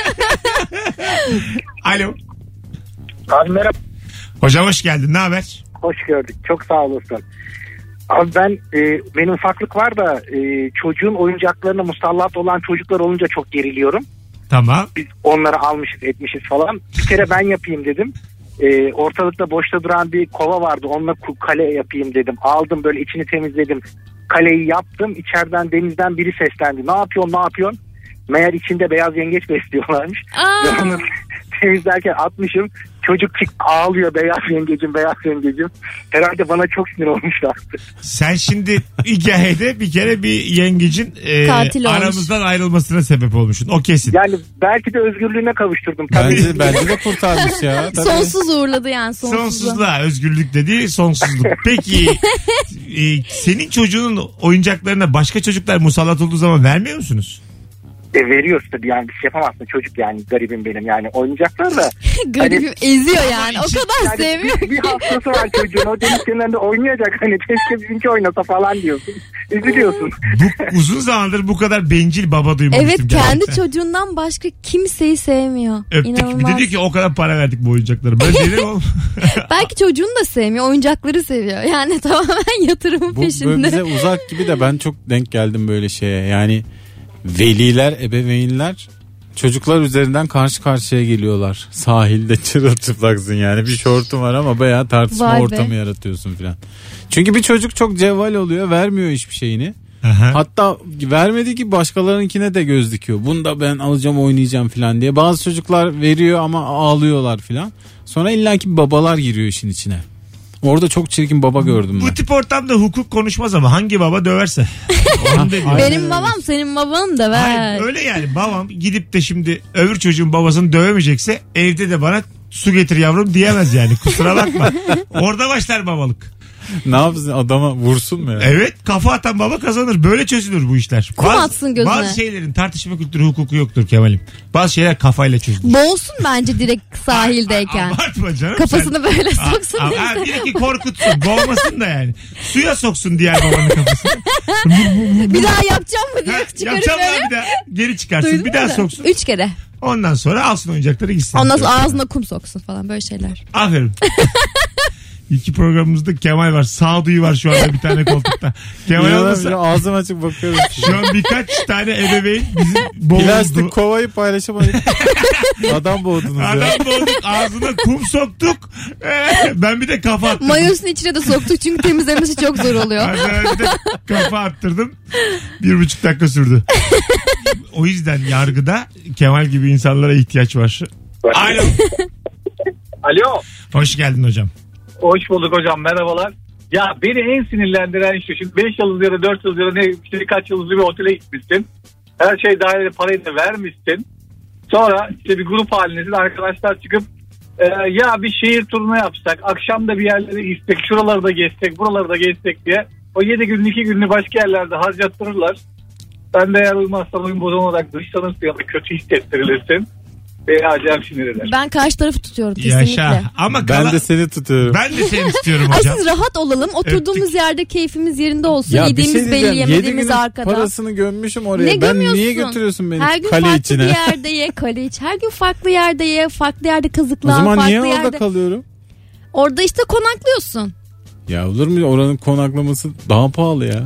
Alo. Abi merhaba. Hocam hoş geldin. Ne haber? Hoş gördük. Çok sağ olasın. Abi ben e, benim ufaklık var da e, çocuğun oyuncaklarına musallat olan çocuklar olunca çok geriliyorum. Tamam. Biz onları almışız etmişiz falan. Bir kere ben yapayım dedim. E, ortalıkta boşta duran bir kova vardı. Onunla ku- kale yapayım dedim. Aldım böyle içini temizledim. Kaleyi yaptım. İçeriden denizden biri seslendi. Ne yapıyorsun ne yapıyorsun? Meğer içinde beyaz yengeç besliyorlarmış. Aa. Ben onu temizlerken atmışım. Çocuk çık ağlıyor beyaz yengecim beyaz yengecim. Herhalde bana çok sinir olmuşlardı. Sen şimdi hikayede bir kere bir yengecin e, Katil olmuş. aramızdan ayrılmasına sebep olmuşsun. O kesin. Yani belki de özgürlüğüne kavuşturdum. Tabii. Bence, bence de kurtarmış ya. Tabii. Sonsuz uğurladı yani sonsuzluğa. Sonsuzluğa özgürlük dediği sonsuzluk. Peki e, senin çocuğunun oyuncaklarına başka çocuklar musallat olduğu zaman vermiyor musunuz? E, veriyoruz tabii yani bir şey yapamazsın çocuk yani garibim benim yani oyuncaklar da. Garibim eziyor yani. O içi- kadar Yani sevmiyor. bir, bir haftası var çocuğun o deniz kenarında oynayacak hani keşke bizimki oynasa falan diyorsun. Üzülüyorsun. Bu uzun zamandır bu kadar bencil baba duymamıştım. Evet kendi gerçekten. çocuğundan başka kimseyi sevmiyor. Öptük. Bir İnanılmaz. de diyor ki o kadar para verdik bu oyuncaklara. Ben dedim oğlum. Belki çocuğunu da sevmiyor. Oyuncakları seviyor. Yani tamamen yatırımın Bu böyle peşinde. bize uzak gibi de ben çok denk geldim böyle şeye. Yani veliler, ebeveynler çocuklar üzerinden karşı karşıya geliyorlar. Sahilde çırılçıplaksın yani. Bir şortun var ama bayağı tartışma Vay be. ortamı yaratıyorsun filan. Çünkü bir çocuk çok cevval oluyor, vermiyor hiçbir şeyini. Aha. Hatta vermedi ki başkalarınkine de göz dikiyor. Bunu da ben alacağım oynayacağım filan diye. Bazı çocuklar veriyor ama ağlıyorlar filan. Sonra illaki babalar giriyor işin içine. Orada çok çirkin baba gördüm Bu ben. tip ortamda hukuk konuşmaz ama hangi baba döverse. Onu da Benim babam senin baban da be. Hayır, öyle yani babam gidip de şimdi öbür çocuğun babasını dövemeyecekse evde de bana su getir yavrum diyemez yani, kusura bakma. Orada başlar babalık. Ne yapsın, adama vursun mu ya? Evet, kafa atan baba kazanır. Böyle çözülür bu işler. Kum atsın gözüne. Bazı şeylerin tartışma kültürü, hukuku yoktur Kemal'im. Bazı şeyler kafayla çözülür. Boğulsun bence direkt sahildeyken. Abartma canım. Kafasını sen... böyle soksun. A, a, a, bir iki korkutsun. Boğmasın da yani. Suya soksun diğer babanın kafasını. Bir daha yapacağım mı diye Ha, çıkarıp yapacağım böyle. lan bir daha. Geri çıkarsın. Duydun bir daha mu? soksun. Üç kere. Ondan sonra alsın oyuncakları gitsin. Ondan sonra ağzına kum soksun falan, böyle şeyler. Aferin. İki programımızda Kemal var. Sağduyu var şu anda bir tane koltukta. Kemal olmasa Ağzım açık bakıyorum. şu an birkaç tane ebeveyn bizi boğuldu. Plastik kovayı paylaşamadık. Adam boğdunuz ya. Adam boğduk, ağzına kum soktuk. Ee, ben bir de kafa attırdım. Mayosun içine de soktuk çünkü temizlemesi çok zor oluyor. Ben bir de kafa attırdım. Bir buçuk dakika sürdü. O yüzden yargıda Kemal gibi insanlara ihtiyaç var. Alo. Alo. Hoş geldin hocam. Hoş bulduk hocam, merhabalar. Ya beni en sinirlendiren şu. Şimdi beş yıldız ya da dört yıldız ya da ne, işte birkaç yıldızlı bir otele gitmişsin. Her şey dahil parayı da vermişsin. Sonra işte bir grup halindesin, arkadaşlar çıkıp e, ya bir şehir turuna yapsak, akşam da bir yerlere gitsek, şuraları da gezsek, buraları da gezsek diye o yedi gün iki gününü başka yerlerde harcattırırlar. Ben de eğer uymazsan oyun bozan olarak dışlanırsın ya da kötü hissettirilirsin. Beni acayip sinir eder. Ben karşı tarafı tutuyorum kesinlikle. Yaşa. Ama Ben kala... de seni tutuyorum. Ben de seni tutuyorum Ay hocam. siz rahat olalım. Oturduğumuz Öptük. yerde keyfimiz yerinde olsun. Ya bir Yediğimiz şey diyeceğim. belli, Yedi yemediğimiz günün arkada. parasını gömmüşüm oraya. Ne Ben gömüyorsun? niye götürüyorsun beni Her gün kale farklı içine? bir yerde ye, kale iç. Her gün farklı yerde ye, farklı yerde O kazıklan, zaman farklı niye yerde. orada kalıyorum? Orada işte konaklıyorsun. Ya olur mu, oranın konaklaması daha pahalı ya.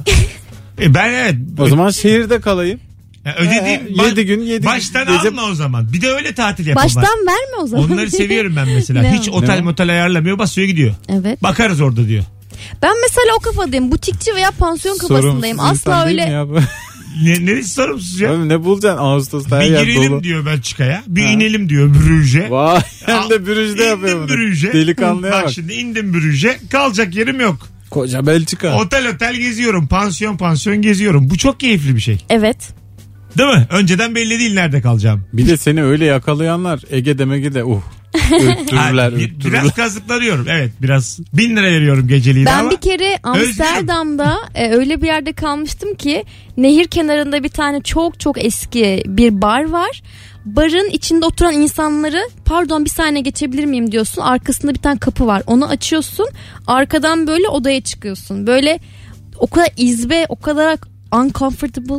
E ben evet. O zaman şehirde kalayım. Ya ödediğim Ee, ba- yedi gün, yedi baştan gece- alma o zaman. Bir de öyle tatil yapalım. Baştan verme o zaman. Onları seviyorum ben mesela. Ne Hiç o? otel Ne o? motel ayarlamıyor, basıyor gidiyor. Evet. Bakarız orada diyor. Ben mesela o kafadayım. Butikçi veya pansiyon kafasındayım. Sorumsuz Asla insan değil öyle. mi ya bu? Ne, neresi sorumsuz ya? Abi ne bulacaksın Ağustos'ta, her Bir yer girelim dolu. diyor Belçika'ya. Bir Ha. inelim diyor Brüj'e. Vay, hem de Brüj'de yapıyor İndim bunu. Brüj'e. Delikanlıya Bak bak. şimdi indim Brüj'e. Kalacak yerim yok. Koca Belçika. Otel otel geziyorum. Pansiyon pansiyon geziyorum. Bu çok keyifli bir şey. Evet. Değil mi? Önceden belli değil nerede kalacağım. Bir de seni öyle yakalayanlar Ege'de Mege'de uh. Öttürürler, Ha, bir- öttürürler. biraz kazıklanıyorum. Evet, biraz bin lira veriyorum geceliğine Ben ama. bir kere Amsterdam'da e, öyle bir yerde kalmıştım ki nehir kenarında bir tane çok çok eski bir bar var. Barın içinde oturan insanları, pardon bir saniye geçebilir miyim diyorsun. Arkasında bir tane kapı var. Onu açıyorsun. Arkadan böyle odaya çıkıyorsun. Böyle o kadar izbe, o kadar uncomfortable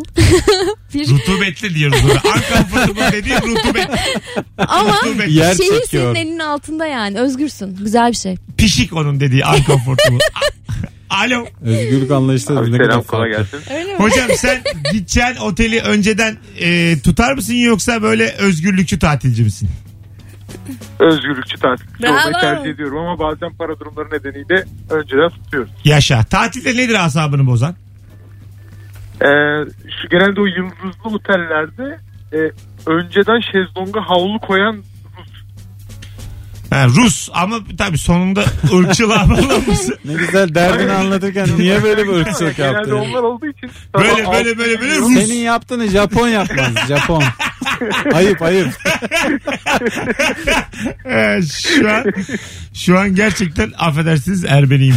bir Rutubetli diyoruz burada. Uncomfortable dediğim rutubet. ama Rutubet. Yer şehir çekiyor. senin elinin altında yani, özgürsün. Güzel bir şey. Pişik onun dediği uncomfortable. A- Alo. Özgürlük anlayışları Abi ne kadar selam, kolay farklı. gelsin. Öyle mi? Hocam sen gideceğin oteli önceden e, tutar mısın yoksa böyle özgürlükçü tatilci misin? Özgürlükçü tatil Bravo. olmayı tercih ediyorum ama bazen para durumları nedeniyle önceden tutuyoruz. Yaşa. Tatilde nedir asabını bozan? Ee, şu genelde o yıldızlı otellerde e, önceden şezlonga havlu koyan Ha, Rus ama tabii sonunda ırkçılığa bağlanmışsın. Ne güzel derdini anlatırken niye böyle bir ırkçılık genelde yaptı? onlar olduğu için Böyle sabah böyle altı- böyle böyle Rus. Senin yaptığını Japon yapmaz. Japon. Ayıp ayıp. Ee, şu an şu an gerçekten affedersiniz erbeniyim.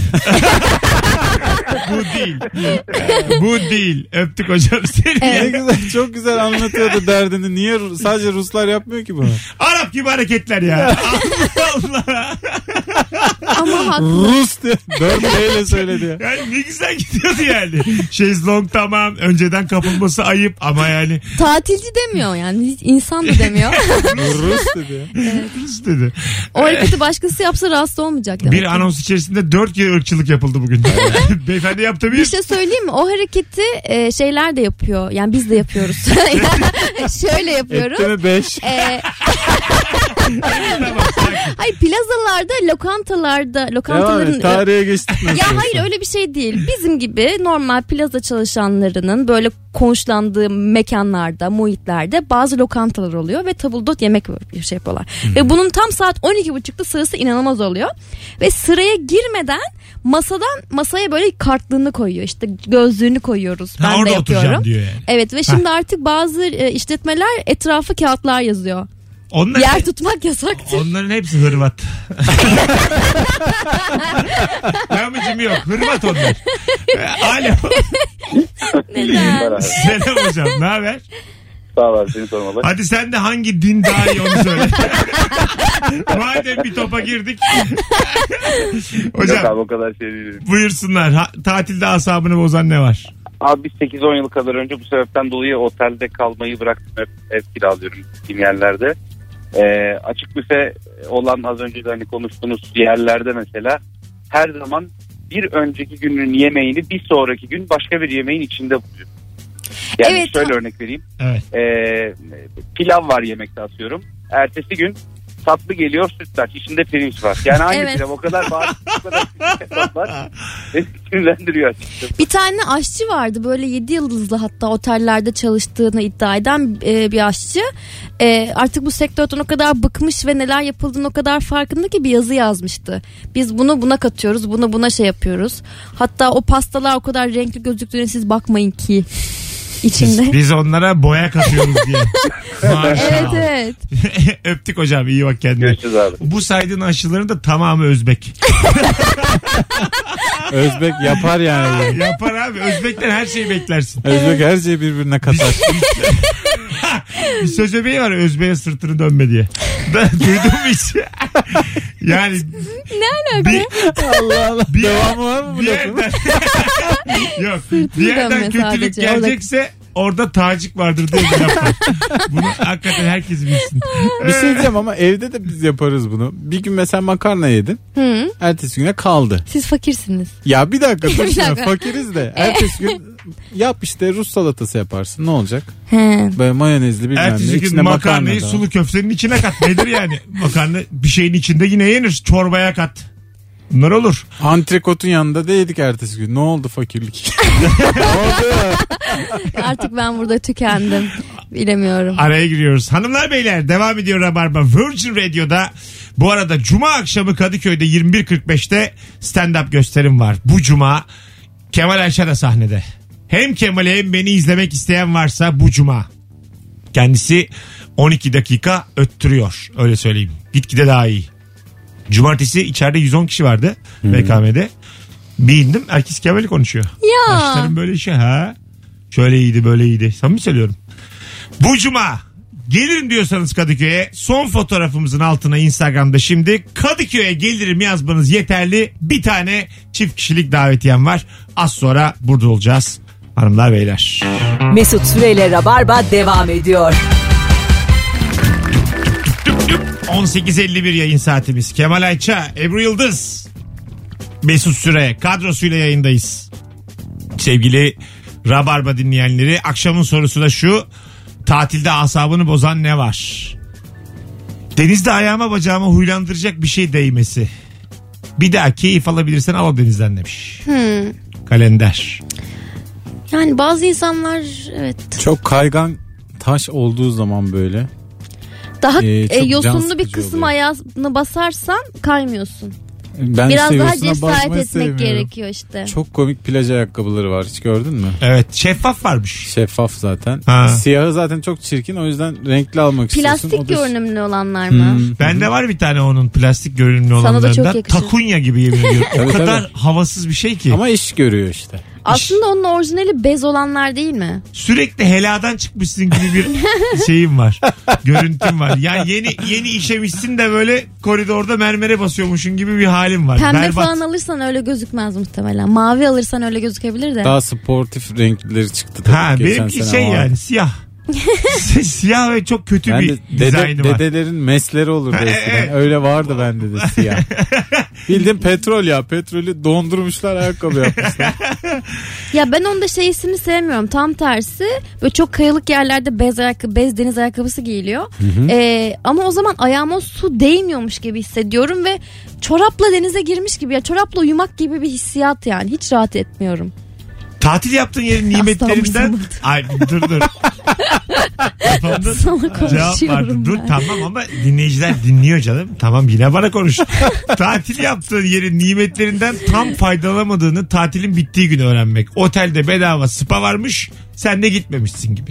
Bu değil. Ee, bu değil. Öptük hocam seni. Ne güzel, çok güzel anlatıyordu derdini. Niye Ru- sadece Ruslar yapmıyor ki bunu? Arap gibi hareketler ya. Allah Allah. Ama haklı. Rus diye dört neyle söyledi ya. Yani ne güzel gidiyordu yani. Şezlong tamam. Önceden kapılması ayıp ama yani Tatilci demiyor yani, hiç insan da demiyor. Rus dedi ya. Rus dedi. O hareketi başkası yapsa rahatsız olmayacak demek. Bir ki. anons içerisinde dört kere ırkçılık yapıldı bugün. Beyefendi yaptı bir. Bir şey söyleyeyim mi? O hareketi e, şeyler de yapıyor. Yani biz de yapıyoruz. Şöyle yapıyoruz. Etti mi beş? E, Tamam, sakin. Hayır, plazalarda, lokantalarda, Devam lokantaların... et, tarihe geçtik. Ya hayır, öyle bir şey değil. Bizim gibi normal plaza çalışanlarının böyle konuşlandığı mekanlarda, muhitlerde bazı lokantalar oluyor ve tabldot yemek bir şey yapıyorlar. Hmm. Ve bunun tam saat on iki buçukta sırası inanılmaz oluyor. Ve sıraya girmeden masadan masaya böyle kartlığını koyuyor. İşte gözlüğünü koyuyoruz. Ben ha, de yapıyorum. Diyor yani. Evet ve şimdi ha. artık bazı e, işletmeler etrafı kağıtlar yazıyor. Onlar yer tutmak yasaktır. Onların hepsi Hırvat. Yamıcım yok. Hırvat onlar. Alo. Neden? Selam hocam. Ne haber? Sağ ol, seni sormalı. Hadi sen de hangi din daha iyi onu söyle. Madem bir topa girdik. Hocam. Yok abi, o kadar şey değil. Buyursunlar. Ha, tatilde asabını bozan ne var? Abi biz sekiz on yıl kadar önce bu sebepten dolayı otelde kalmayı bıraktım. Hep ev kiralıyorum gittiğim yerlerde. Ee, açık büfe olan az önce de hani konuştuğunuz yerlerde mesela her zaman bir önceki günün yemeğini bir sonraki gün başka bir yemeğin içinde buluyor. Yani evet, şöyle örnek vereyim. Evet. Ee, pilav var yemekte atıyorum. Ertesi gün tatlı geliyor, sütlaç. İçinde pirinç var. Yani aynı evet. pilav o kadar bağlı, o kadar hesaplar beni sinirlendiriyor açıkçası. Bir tane aşçı vardı böyle yedi yıldızlı hatta otellerde çalıştığını iddia eden e, bir aşçı. E, artık bu sektörden o kadar bıkmış ve neler yapıldığını o kadar farkında ki bir yazı yazmıştı. Biz bunu buna katıyoruz, bunu buna şey yapıyoruz. Hatta o pastalar o kadar renkli gözüktüğüne siz bakmayın ki. İçinde. Biz, biz onlara boya katıyoruz diye. Evet evet. Öptük hocam, iyi bak kendine. Görüşürüz abi. Bu saydığın aşıların da tamamı Özbek. Özbek yapar yani. Yapar abi. Özbekten her şeyi beklersin. Özbek her şeyi birbirine katar. Bir söz öbeği var, Özbek'e sırtını dönme diye. Duydun mu hiç? Yani ne alaka? Bir, Allah Allah. Bir, devamı var mı bu lafın? Yok. Bir yerden kötülük sadece gelecekse orada tacik vardır diye bir laf var. Bunu hakikaten herkes bilsin. Bir şey diyeceğim ama evde de biz yaparız bunu. Bir gün mesela makarna yedin. Hı. Ertesi güne kaldı. Siz fakirsiniz. Ya bir dakika dur şimdi, fakiriz de. Ertesi gün yap işte Rus salatası yaparsın. Ne olacak? He. Böyle mayonezli bilmem ne. Ertesi gün makarnayı makarna sulu köftenin içine kat. Nedir yani? Makarna bir şeyin içinde yine yenir. Çorbaya kat. Bunlar olur. Antrikotun yanında da yedik ertesi gün. Ne oldu fakirlik? Ne oldu? Artık ben burada tükendim. Bilemiyorum. Araya giriyoruz. Hanımlar beyler, devam ediyor Rabarba Virgin Radio'da. Bu arada Cuma akşamı Kadıköy'de yirmi bir kırk beşte stand-up gösterim var. Bu Cuma Kemal Ayşe de sahnede. Hem Kemal'i hem beni izlemek isteyen varsa bu Cuma. Kendisi on iki dakika öttürüyor. Öyle söyleyeyim. Gitgide daha iyi. Cumartesi içeride yüz on kişi vardı B K M'de. Bir indim, herkes Kemal'i konuşuyor. Ya. Başlarım böyle işe, ha. Şöyle iyiydi, böyle iyiydi. Samimi söylüyorum. Bu Cuma gelirim diyorsanız Kadıköy'e, son fotoğrafımızın altına Instagram'da şimdi Kadıköy'e gelirim yazmanız yeterli. Bir tane çift kişilik davetiyem var. Az sonra burada olacağız hanımlar beyler. Mesut Süreyle Rabarba devam ediyor. on sekiz elli bir yayın saatimiz. Kemal Ayça, Ebru Yıldız, Mesut Süre kadrosuyla yayındayız. Sevgili Rabarba dinleyenleri, akşamın sorusu da şu: tatilde asabını bozan ne var? Denizde ayağıma bacağıma huylandıracak bir şey değmesi. Bir daha keyif alabilirsen al o denizden demiş. Hmm. Kalender. Yani bazı insanlar evet. Çok kaygan taş olduğu zaman böyle. Daha ee, e, yosunlu bir kısım oluyor. Ayağını basarsan kaymıyorsun. Ben biraz işte daha cesaret etmek sevmiyorum. Gerekiyor işte. Çok komik plaj ayakkabıları var, hiç gördün mü? Evet, şeffaf varmış. Şeffaf zaten. Ha. Siyahı zaten çok çirkin, o yüzden renkli almak plastik istiyorsun. Plastik görünümlü olanlar mı? Hmm. Bende var bir tane onun plastik görünümlü olanlarından. Takunya gibi yemin ediyorum. O kadar tabii. Havasız bir şey ki. Ama iş görüyor işte. Aslında onun orijinali bez olanlar değil mi? Sürekli heladan çıkmışsın gibi bir şeyim var. Görüntüm var. Yani yeni yeni işemişsin de böyle koridorda mermere basıyormuşsun gibi bir halim var. Pembe Berbat. falan alırsan öyle gözükmez muhtemelen. Mavi alırsan öyle gözükebilir de. Daha sportif renkleri çıktı tabii. Ha, benimki şey yani siyah. Siyah ve çok kötü Ben bir de dizaynı dede, var. dedelerin mesleri olurdu Ha, eskiden. evet. Öyle vardı bende de siyah. Bildiğin petrol ya. Petrolü dondurmuşlar, ayakkabı yapmışlar. Ya ben onda şeysini sevmiyorum. Tam tersi böyle çok kayalık yerlerde bez ayakkabı, bez deniz ayakkabısı giyiliyor. Ee, ama o zaman ayağıma su değmiyormuş gibi hissediyorum ve çorapla denize girmiş gibi, ya çorapla uyumak gibi bir hissiyat yani. Hiç rahat etmiyorum. Tatil yaptığın yerin nimetlerinden... Ay dur dur. Kafamda Sana cevap konuşuyorum vardı. Dur ben. tamam ama dinleyiciler dinliyor canım. Tamam yine bana konuş. Tatil yaptığın yerin nimetlerinden tam faydalanamadığını tatilin bittiği gün öğrenmek. Otelde bedava spa varmış. Sen de gitmemişsin gibi.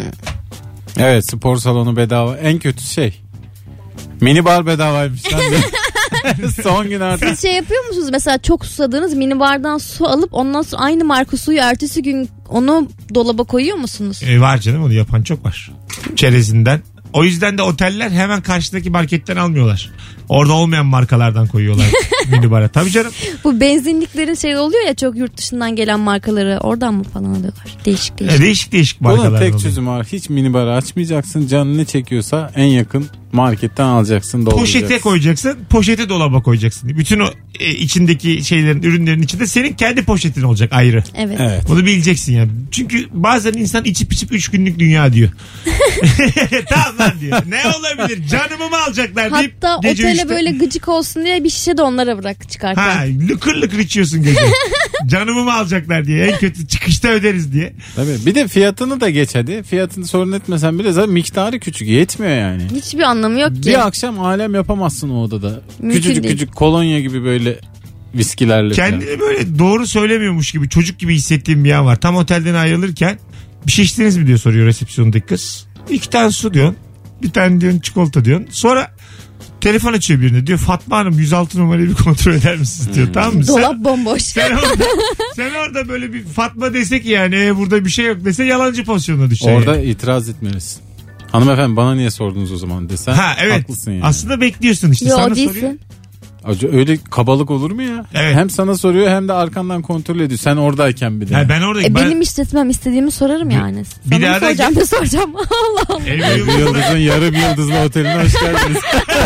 Evet, spor salonu bedava. En kötü şey. Mini bar bedavaymış. Sen de. Son gün artık. Siz şey yapıyor musunuz? Mesela çok susadığınız mini bardan su alıp ondan sonra aynı marka suyu ertesi gün onu dolaba koyuyor musunuz? E, var canım, onu yapan çok var. Çerezinden. O yüzden de oteller hemen karşıdaki marketten almıyorlar. Orada olmayan markalardan koyuyorlar minibara. Tabii canım. Bu benzinliklerin şey oluyor ya, çok yurt dışından gelen markaları oradan mı falan alıyorlar? Değişik değişik. E, değişik değişik markalar Bunun tek oluyor. çözümü var. Hiç minibarı açmayacaksın. Canın ne çekiyorsa en yakın marketten alacaksın, dolduracaksın. Poşete koyacaksın. Poşeti dolaba koyacaksın. Bütün o e, içindeki şeylerin, ürünlerin içinde senin kendi poşetin olacak ayrı. Evet. Evet. Bunu bileceksin ya. Çünkü bazen insan içip içip üç günlük dünya diyor. Tamam lan diyor. Ne olabilir? Canımı mı alacaklar deyip Hatta gece otele üçte... böyle gıcık olsun diye bir şişe de onlara bırak çıkarken. Ha, lıkır lıkır içiyorsun gece. Canımı mı alacaklar diye. En kötü çıkışta öderiz diye. Tabii. Bir de fiyatını da geç hadi. Fiyatını sorun etmesen bile zaten miktarı küçük. Yetmiyor yani. Hiçbir anlamı yok ki. Bir akşam alem yapamazsın o odada. Mümkün küçücük değil. küçük kolonya gibi böyle viskilerle. Kendini falan. böyle doğru söylemiyormuş gibi, çocuk gibi hissettiğim bir an var. Tam otelden ayrılırken bir şey içtiniz mi diyor, soruyor resepsiyondaki kız. İki tane su diyorsun. Bir tane diyorsun çikolata diyorsun. Sonra telefon açıyor birine, diyor Fatma Hanım yüz altı numarayı bir kontrol eder misiniz diyor. Tamam mı? Dolap Sen, bomboş. sen, orada, sen orada böyle bir Fatma desek yani e, burada bir şey yok dese yalancı pozisyonuna düşer. Orada yani. itiraz etmelisin. Hanımefendi bana niye sordunuz o zaman desen. Ha evet. Haklısın yani. Aslında bekliyorsun işte. Yo, Sana değilsin. soruyor. Acı, öyle kabalık olur mu ya? Evet. Hem sana soruyor hem de arkandan kontrol ediyor. Sen oradayken bir de. Ha, ben oradayım. E Ben- benim işletmem, istediğimi sorarım yani. bir Sana daha mı da- soracağım ne soracağım. Allah Allah. Evli Bir yıldızın yarım yıldızlı oteline hoş geldiniz.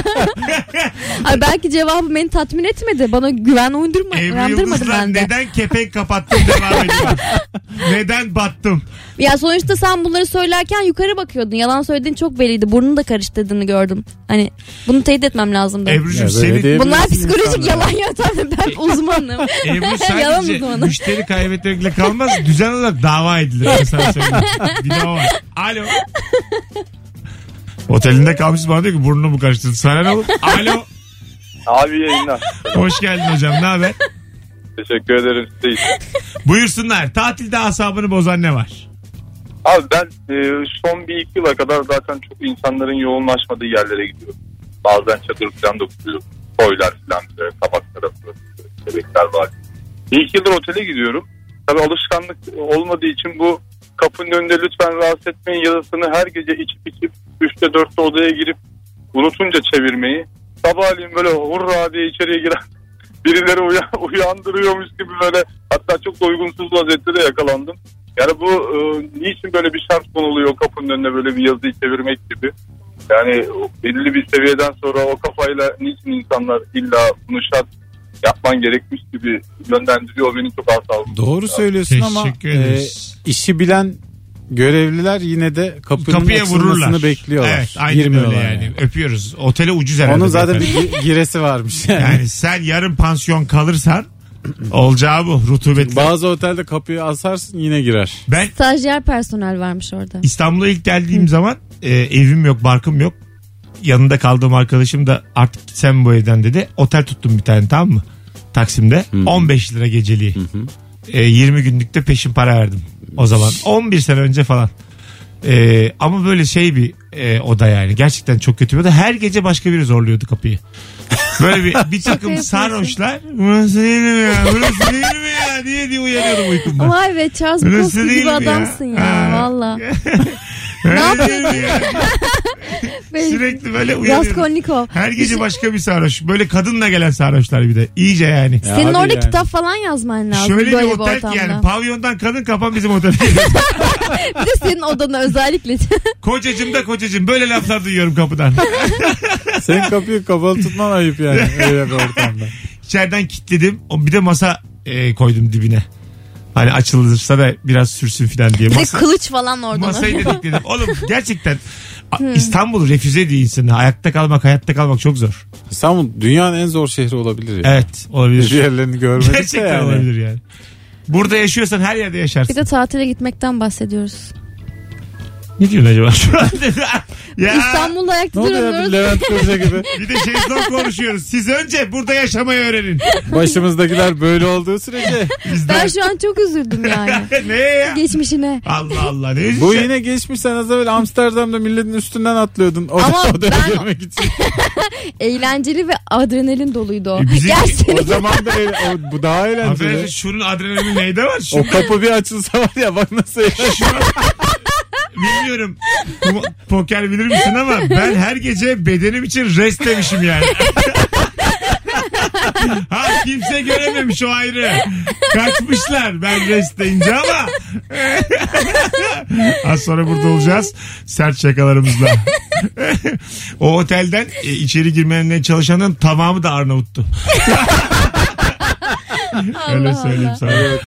Ay belki cevabı beni tatmin etmedi. Bana güven uydurma, Evli uyandırmadı Yıldızlar bende. neden kepenk kapattım devam ediyor. Neden battım? Ya sonuçta sen bunları söylerken yukarı bakıyordun. Yalan söylediğin çok belliydi. Burnunu da karıştırdığını gördüm. Hani bunu teyit etmem lazımdı. Ebru'cum Ya böyle senin... diyebilirsin Bunlar psikolojik insanlara. yalan yöntemleri. Ben uzmanım. Ebru Yalan sadece uzmanı. müşteri kaybetmekle kalmaz. Düzenli olarak dava edilir. Ben sana söyleyeyim. Bir de o var. Alo. Otelinde kalmışız, bana diyor ki burnunu mu karıştırdın? Sana ne olur? Alo. Abi yayınlar. Hoş geldin hocam. Ne haber? Teşekkür ederim. Size. Buyursunlar. Tatilde asabını bozan ne var? Abi ben e, son bir iki yıla kadar zaten çok insanların yoğunlaşmadığı yerlere gidiyorum. Bazen çadır falan da kuruyorum. Koylar falan, böyle, kabak tarafı, bebekler var. Bir iki yıldır otele gidiyorum. Tabii alışkanlık olmadığı için bu kapının önünde lütfen rahatsız etmeyin yazısını her gece içip içip üçte dörtte odaya girip unutunca çevirmeyi. Sabahleyin böyle hurra diye içeriye giren birileri uyan, uyandırıyormuş gibi böyle, hatta çok da uygunsuz vaziyette de yakalandım. Yani bu e, niçin böyle bir şart konuluyor kapının önüne böyle bir yazıyı çevirmek gibi. Yani belli bir seviyeden sonra o kafayla niçin insanlar illa bunu şart yapman gerekmiş gibi yönlendiriyor, beni çok asabım. Doğru söylüyorsun ama Teşekkür e, ederiz. işi bilen görevliler yine de kapının Kapıya açılmasını vururlar. bekliyorlar. Evet, aynen öyle Girmiyorlar yani. yani. Öpüyoruz. Otele ucuz herhalde. Onun zaten bir gi- giresi varmış yani. Yani sen yarın pansiyon kalırsan olacağı bu. Rutubetli. Bazı otelde kapıyı asarsın yine girer. Ben Stajyer personel varmış orada. İstanbul'a ilk geldiğim zaman e, evim yok, barkım yok. Yanında kaldığım arkadaşım da artık gitsem bu evden dedi. Otel tuttum bir tane, tamam mı? Taksim'de. Hı. on beş lira geceliği. E, yirmi günlük de peşin para verdim. O zaman. on bir sene önce falan. E, ama böyle şey bir e, oda yani. Gerçekten çok kötü bir oda. Her gece başka biri zorluyordu kapıyı. Böyle bir, bir takım yapıyorsun. sarhoşlar. Burası değil mi ya? Burası değil mi ya? Diye diye uyanıyordum uykumda. Vay be, Charles Burası Bukowski değil gibi mi ya? adamsın ya. Ha. Valla. Ne yapıyordun? Sürekli böyle uyanıyorum. Raskolnikov. Her gece başka bir sarhoş. Böyle kadınla gelen sarhoşlar bir de. İyice yani. Ya Senin abi orada yani. kitap falan yazman lazım. Şöyle böyle bir bir otel ki ortamda. yani. Pavyondan kadın kapan bizim otele geliyor. Bir de senin odana özellikle. Kocacım da kocacım böyle laflar duyuyorum kapıdan. Senin kapıyı kapalı tutman ayıp yani öyle bir ortamda. İçeriden kilitledim. O bir de masa e, koydum dibine. Hani açılırsa da biraz sürsün falan diye. Bir de Masa, kılıç falan orada. masayı da dikledim. Oğlum gerçekten İstanbul'u refüze ediyor insanı. Ayakta kalmak, hayatta kalmak çok zor. İstanbul dünyanın en zor şehri olabilir ya. Evet olabilir. Diğerlerini görmedik de Gerçekten yani. olabilir yani. Burada yaşıyorsan her yerde yaşarsın. Bir de tatile gitmekten bahsediyoruz. Ne diyorsun acaba şu an? Ya, İstanbul'da ayakta Ne oluyor duramıyoruz. bir Levent Kırca gibi? bir de şey son konuşuyoruz. Siz önce burada yaşamayı öğrenin. Başımızdakiler böyle olduğu sürece. Ben şu an çok üzüldüm yani. Neye ya? Geçmişine. Allah Allah ne üzüleceksin? Bu yine geçmiş, sen az evvel Amsterdam'da milletin üstünden atlıyordun. O Ama odaya ben- girmek için. Eğlenceli ve adrenalin doluydu o. E, bizim- Gerçekten. O zaman da eğle- o, bu daha eğlenceli. Affedersin şunun adrenalini neyde var? Şu, O kapı bir açılsa var ya, bak nasıl eğlenceli. bilmiyorum. Bu- Poker bilir misin ama ben her gece bedenim için rest demişim yani. Ha kimse görememiş, o ayrı. Kaçmışlar ben rest deyince ama. Az sonra burada olacağız. Sert şakalarımızla. O otelden e, içeri girmeyen çalışanın tamamı da Arnavut'tu. Öyle Allah söyleyeyim Allah. sana.